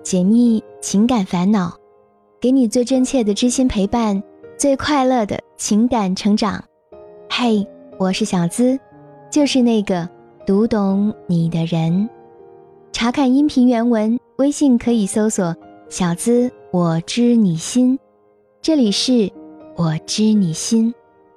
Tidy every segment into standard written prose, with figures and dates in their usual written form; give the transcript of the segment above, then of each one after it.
解密情感烦恼，给你最真切的知心陪伴，最快乐的情感成长。嘿，我是小资，就是那个读懂你的人。查看音频原文，微信可以搜索小资我知你心，这里是我知你心。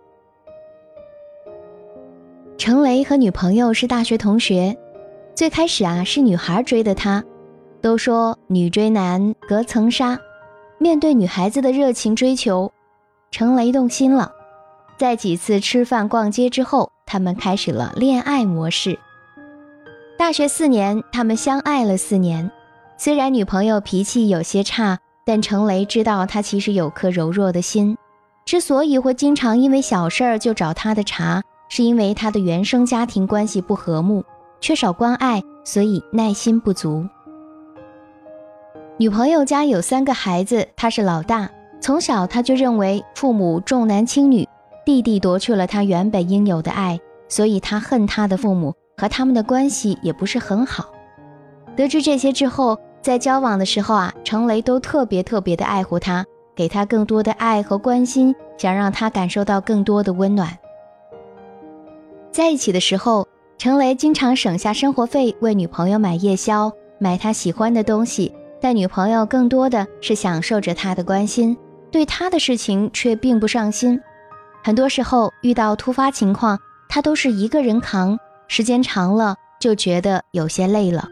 程雷和女朋友是大学同学，最开始是女孩追的他，都说女追男隔层纱。面对女孩子的热情追求，程雷动心了。在几次吃饭逛街之后，他们开始了恋爱模式。大学4年，他们相爱了4年。虽然女朋友脾气有些差，但程雷知道她其实有颗柔弱的心。之所以会经常因为小事儿就找她的茬，是因为她的原生家庭关系不和睦，缺少关爱，所以耐心不足。女朋友家有3个孩子，她是老大，从小她就认为父母重男轻女，弟弟夺去了她原本应有的爱，所以她恨她的父母，和他们的关系也不是很好。得知这些之后，在交往的时候程雷都特别的爱护她，给她更多的爱和关心，想让她感受到更多的温暖。在一起的时候，程雷经常省下生活费为女朋友买夜宵，买她喜欢的东西，但女朋友更多的是享受着他的关心，对他的事情却并不上心。很多时候遇到突发情况，他都是一个人扛，时间长了就觉得有些累了。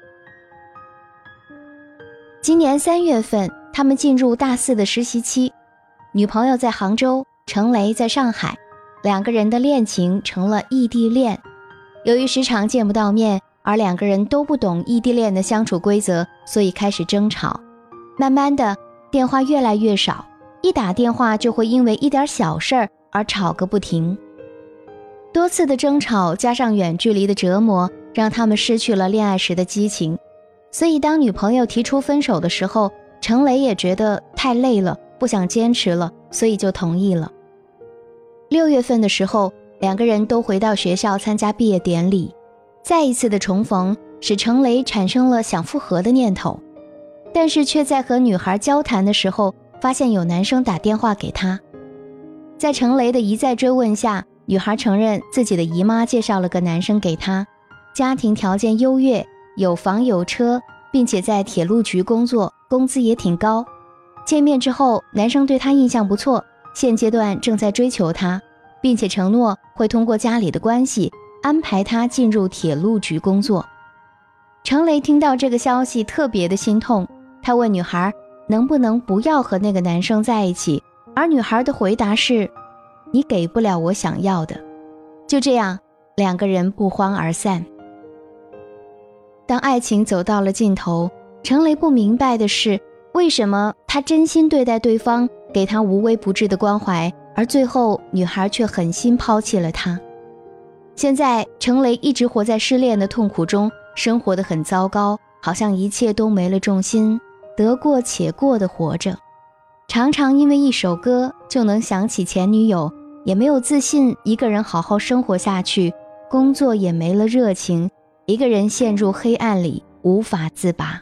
今年3月份，他们进入大4的实习期，女朋友在杭州，程雷在上海，2个人的恋情成了异地恋。由于时常见不到面，而2个人都不懂异地恋的相处规则，所以开始争吵。慢慢的，电话越来越少，一打电话就会因为一点小事儿而吵个不停。多次的争吵加上远距离的折磨，让他们失去了恋爱时的激情。所以当女朋友提出分手的时候，程雷也觉得太累了，不想坚持了，所以就同意了。6月份的时候，2个人都回到学校参加毕业典礼。再一次的重逢使程雷产生了想复合的念头，但是却在和女孩交谈的时候发现有男生打电话给他。在程雷的一再追问下，女孩承认自己的姨妈介绍了个男生给他，家庭条件优越，有房有车，并且在铁路局工作，工资也挺高。见面之后，男生对他印象不错，现阶段正在追求他，并且承诺会通过家里的关系安排他进入铁路局工作。程雷听到这个消息特别的心痛，他问女孩能不能不要和那个男生在一起，而女孩的回答是你给不了我想要的。就这样，2个人不欢而散。当爱情走到了尽头，程雷不明白的是，为什么他真心对待对方，给他无微不至的关怀，而最后女孩却狠心抛弃了他。现在程雷一直活在失恋的痛苦中，生活得很糟糕，好像一切都没了重心，得过且过的活着。常常因为一首歌就能想起前女友，也没有自信一个人好好生活下去，工作也没了热情，一个人陷入黑暗里无法自拔。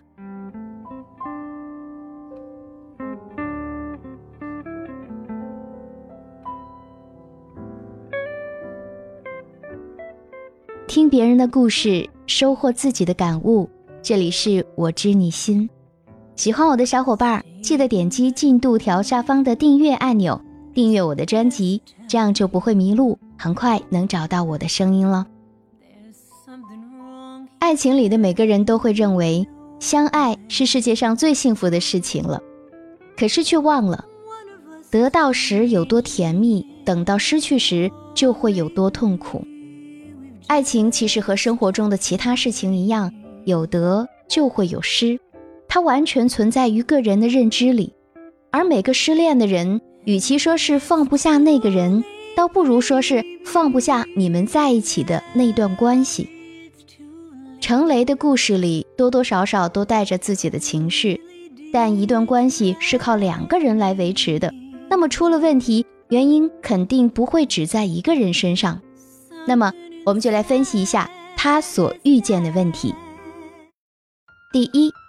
听别人的故事，收获自己的感悟，这里是我知你心。喜欢我的小伙伴记得点击进度条下方的订阅按钮，订阅我的专辑，这样就不会迷路，很快能找到我的声音了。爱情里的每个人都会认为相爱是世界上最幸福的事情了，可是却忘了得到时有多甜蜜，等到失去时就会有多痛苦。爱情其实和生活中的其他事情一样，有得就会有失，它完全存在于个人的认知里。而每个失恋的人，与其说是放不下那个人，倒不如说是放不下你们在一起的那段关系。程雷的故事里多多少少都带着自己的情绪，但一段关系是靠2个人来维持的，那么出了问题，原因肯定不会只在一个人身上。那么我们就来分析一下他所遇见的问题。第一，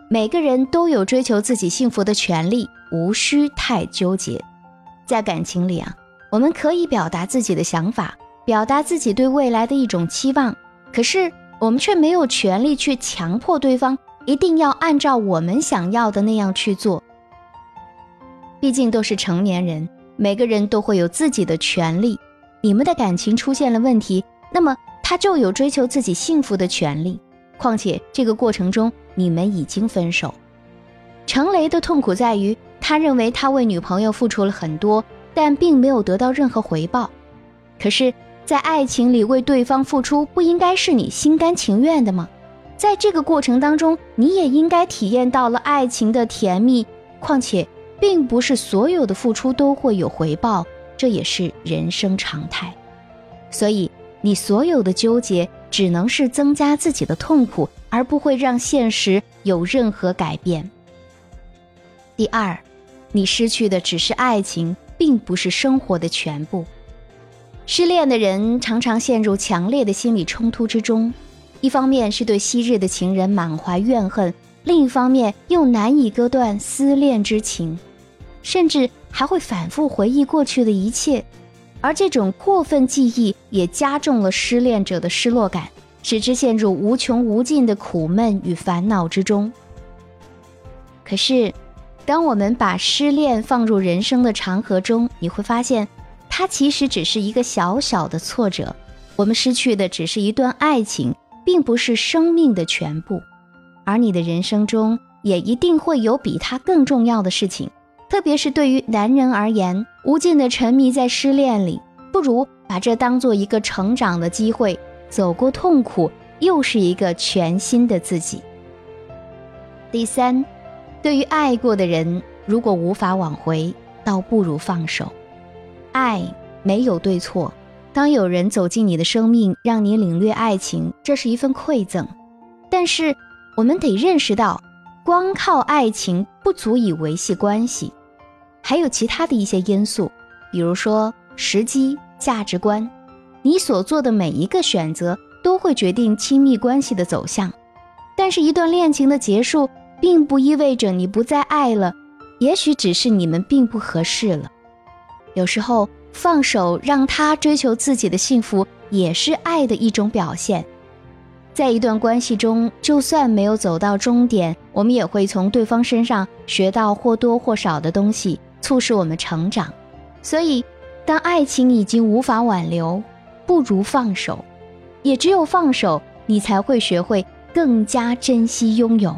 每个人都有追求自己幸福的权利，无需太纠结。在感情里我们可以表达自己的想法，表达自己对未来的一种期望，可是我们却没有权利去强迫对方一定要按照我们想要的那样去做。毕竟都是成年人，每个人都会有自己的权利。你们的感情出现了问题，那么他就有追求自己幸福的权利。况且这个过程中你们已经分手。程雷的痛苦在于，他认为他为女朋友付出了很多，但并没有得到任何回报。可是在爱情里为对方付出，不应该是你心甘情愿的吗？在这个过程当中，你也应该体验到了爱情的甜蜜。况且并不是所有的付出都会有回报，这也是人生常态。所以你所有的纠结只能是增加自己的痛苦，而不会让现实有任何改变。第二，你失去的只是爱情，并不是生活的全部。失恋的人常常陷入强烈的心理冲突之中，一方面是对昔日的情人满怀怨恨，另一方面又难以割断思恋之情，甚至还会反复回忆过去的一切。而这种过分记忆也加重了失恋者的失落感，使之陷入无穷无尽的苦闷与烦恼之中。可是当我们把失恋放入人生的长河中，你会发现它其实只是一个小小的挫折，我们失去的只是一段爱情，并不是生命的全部。而你的人生中也一定会有比它更重要的事情，特别是对于男人而言，无尽的沉迷在失恋里，不如把这当做一个成长的机会，走过痛苦，又是一个全新的自己。第三，对于爱过的人，如果无法挽回，倒不如放手。爱没有对错，当有人走进你的生命，让你领略爱情，这是一份馈赠。但是我们得认识到，光靠爱情不足以维系关系，还有其他的一些因素，比如说时机、价值观。你所做的每一个选择都会决定亲密关系的走向。但是一段恋情的结束并不意味着你不再爱了，也许只是你们并不合适了。有时候放手让他追求自己的幸福，也是爱的一种表现。在一段关系中，就算没有走到终点，我们也会从对方身上学到或多或少的东西，促使我们成长。所以当爱情已经无法挽留，不如放手。也只有放手，你才会学会更加珍惜拥有。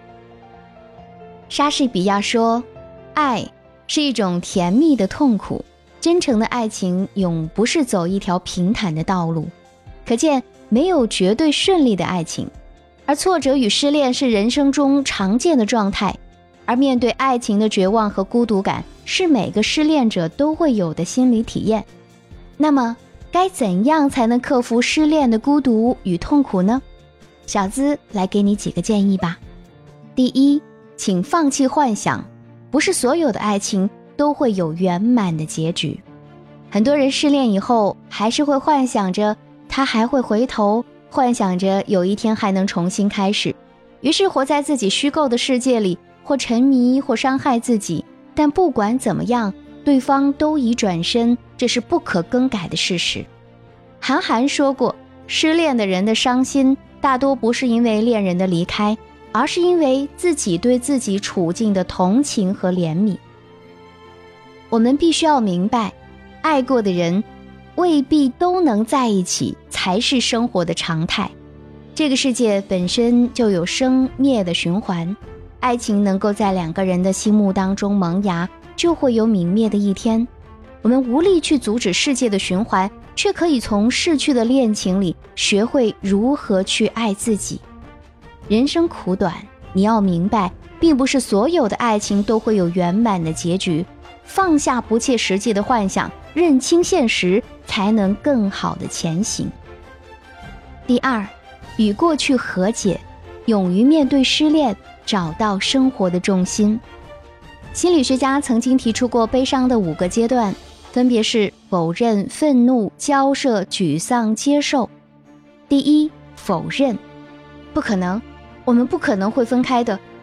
莎士比亚说，爱是一种甜蜜的痛苦，真诚的爱情永不是走一条平坦的道路。可见没有绝对顺利的爱情，而挫折与失恋是人生中常见的状态，而面对爱情的绝望和孤独感，是每个失恋者都会有的心理体验。那么该怎样才能克服失恋的孤独与痛苦呢？小资来给你几个建议吧。第一，请放弃幻想，不是所有的爱情都会有圆满的结局。很多人失恋以后还是会幻想着他还会回头，幻想着有一天还能重新开始，于是活在自己虚构的世界里，或沉迷或伤害自己。但不管怎么样，对方都已转身，这是不可更改的事实。韩寒说过，失恋的人的伤心大多不是因为恋人的离开，而是因为自己对自己处境的同情和怜悯。我们必须要明白，爱过的人未必都能在一起，才是生活的常态。这个世界本身就有生灭的循环，爱情能够在两个人的心目当中萌芽，就会有泯灭的一天。我们无力去阻止世界的循环，却可以从逝去的恋情里学会如何去爱自己。人生苦短，你要明白，并不是所有的爱情都会有圆满的结局。放下不切实际的幻想，认清现实，才能更好的前行。第二，与过去和解，勇于面对失恋，找到生活的重心。心理学家曾经提出过悲伤的5个阶段，分别是否认、愤怒、交涉、沮丧、接受。第一，否认。不可能，我们不可能会分开的，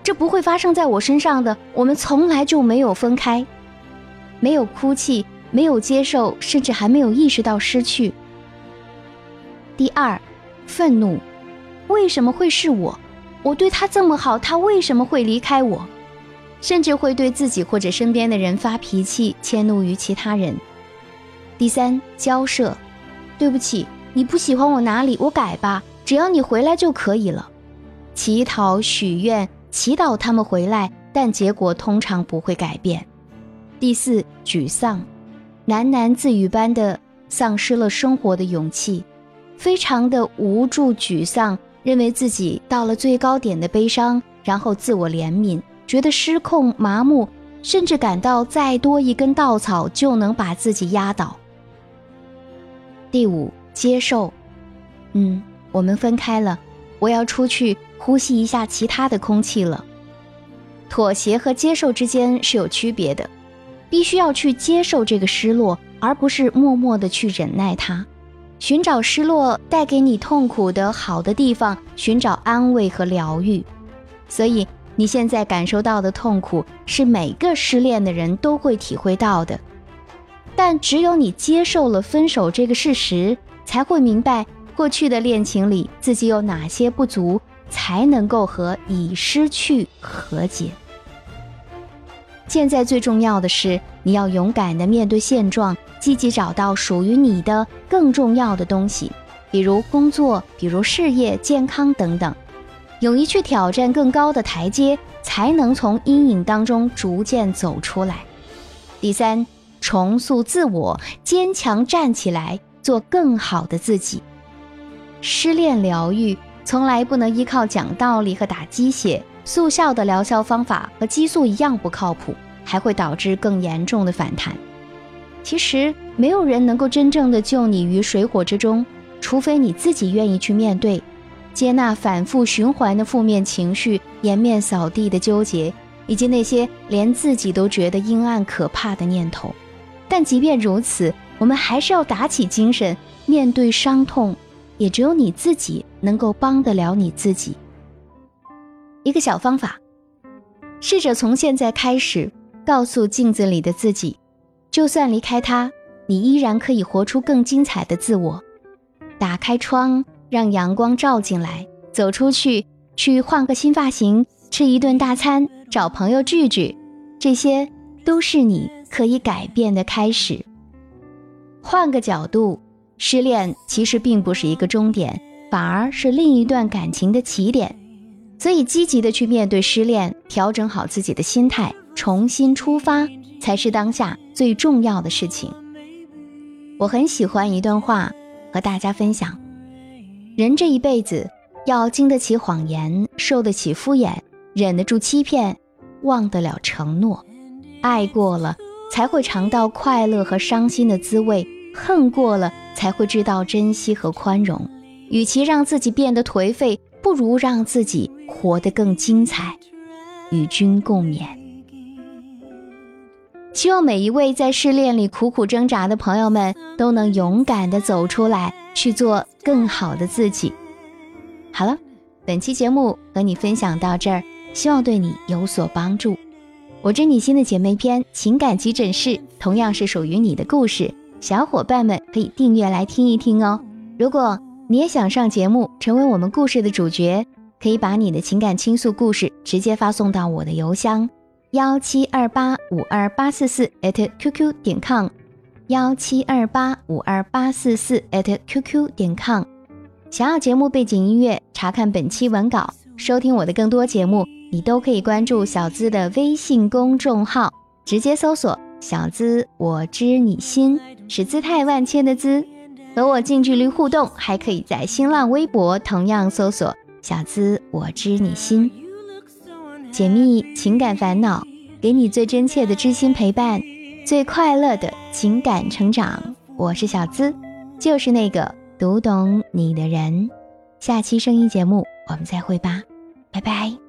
这不会发生在我身上的，我们从来就没有分开。没有哭泣，没有接受，甚至还没有意识到失去。第二，愤怒，为什么会是我？我对他这么好，他为什么会离开我？甚至会对自己或者身边的人发脾气，迁怒于其他人。第三，交涉，对不起，你不喜欢我哪里，我改吧，只要你回来就可以了。乞讨、许愿、祈祷他们回来，但结果通常不会改变。第四，沮丧，喃喃自语般的丧失了生活的勇气，非常的无助沮丧，认为自己到了最高点的悲伤，然后自我怜悯，觉得失控麻木，甚至感到再多一根稻草就能把自己压倒。第五，接受，我们分开了，我要出去呼吸一下其他的空气了。妥协和接受之间是有区别的，必须要去接受这个失落，而不是默默地去忍耐它。寻找失落带给你痛苦的好的地方，寻找安慰和疗愈。所以你现在感受到的痛苦是每个失恋的人都会体会到的，但只有你接受了分手这个事实，才会明白过去的恋情里自己有哪些不足，才能够和已失去和解。现在最重要的是，你要勇敢地面对现状，积极找到属于你的更重要的东西，比如工作，比如事业、健康等等，勇于去挑战更高的台阶，才能从阴影当中逐渐走出来。第三，重塑自我，坚强站起来，做更好的自己。失恋疗愈从来不能依靠讲道理和打鸡血，速效的疗效方法和激素一样不靠谱，还会导致更严重的反弹。其实没有人能够真正的救你于水火之中，除非你自己愿意去面对，接纳反复循环的负面情绪，颜面扫地的纠结，以及那些连自己都觉得阴暗可怕的念头。但即便如此，我们还是要打起精神，面对伤痛，也只有你自己能够帮得了你自己。一个小方法，试着从现在开始告诉镜子里的自己，就算离开他，你依然可以活出更精彩的自我。打开窗，让阳光照进来，走出去，去换个新发型，吃一顿大餐，找朋友聚聚，这些都是你可以改变的开始。换个角度，失恋其实并不是一个终点，反而是另一段感情的起点。所以积极的去面对失恋，调整好自己的心态，重新出发，才是当下最重要的事情。我很喜欢一段话和大家分享，人这一辈子要经得起谎言，受得起敷衍，忍得住欺骗，忘得了承诺。爱过了才会尝到快乐和伤心的滋味，恨过了才会知道珍惜和宽容。与其让自己变得颓废，不如让自己活得更精彩。与君共勉。希望每一位在失恋里苦苦挣扎的朋友们都能勇敢地走出来，去做更好的自己。好了，本期节目和你分享到这儿，希望对你有所帮助。我知你心的姐妹篇情感急诊室同样是属于你的故事，小伙伴们可以订阅来听一听哦。如果你也想上节目，成为我们故事的主角，可以把你的情感倾诉故事直接发送到我的邮箱172852844@qq.com172852844@qq.com。想要节目背景音乐，查看本期文稿，收听我的更多节目，你都可以关注小资的微信公众号，直接搜索小资我知你心，是姿态万千的资。和我近距离互动，还可以在新浪微博同样搜索小资我知你心，解密情感烦恼，给你最真切的知心陪伴，最快乐的情感成长。我是小资，就是那个读懂你的人。下期声音节目我们再会吧，拜拜。